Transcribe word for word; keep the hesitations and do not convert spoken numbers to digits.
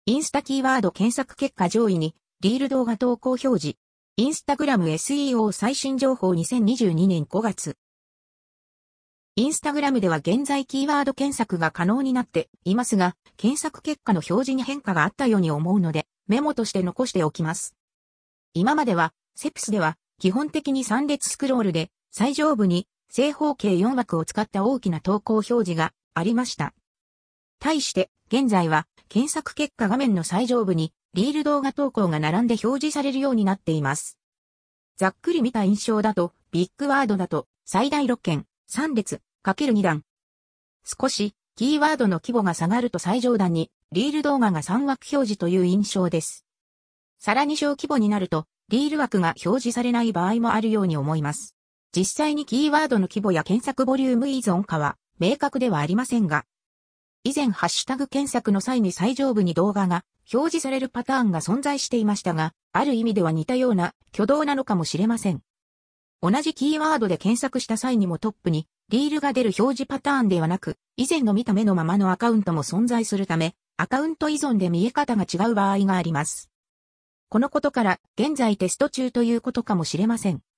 インスタキーワード検索結果上位に、リール動画投稿表示。インスタグラム エスイーオー 最新情報にせんにじゅうにねんごがつ。インスタグラムでは現在キーワード検索が可能になっていますが、検索結果の表示に変化があったように思うので、メモとして残しておきます。今までは、セプスでは、基本的にさん列スクロールで、最上部に正方形よん枠を使った大きな投稿表示がありました。対して、現在は、検索結果画面の最上部に、リール動画投稿が並んで表示されるようになっています。ざっくり見た印象だと、ビッグワードだと、最大ろっけん、さん列、かけるに段。少し、キーワードの規模が下がると最上段に、リール動画がさん枠表示という印象です。さらに小規模になると、リール枠が表示されない場合もあるように思います。実際にキーワードの規模や検索ボリューム依存かは、明確ではありませんが、以前ハッシュタグ検索の際に最上部に動画が表示されるパターンが存在していましたが、ある意味では似たような挙動なのかもしれません。同じキーワードで検索した際にもトップにリールが出る表示パターンではなく、以前の見た目のままのアカウントも存在するため、アカウント依存で見え方が違う場合があります。このことから現在テスト中ということかもしれません。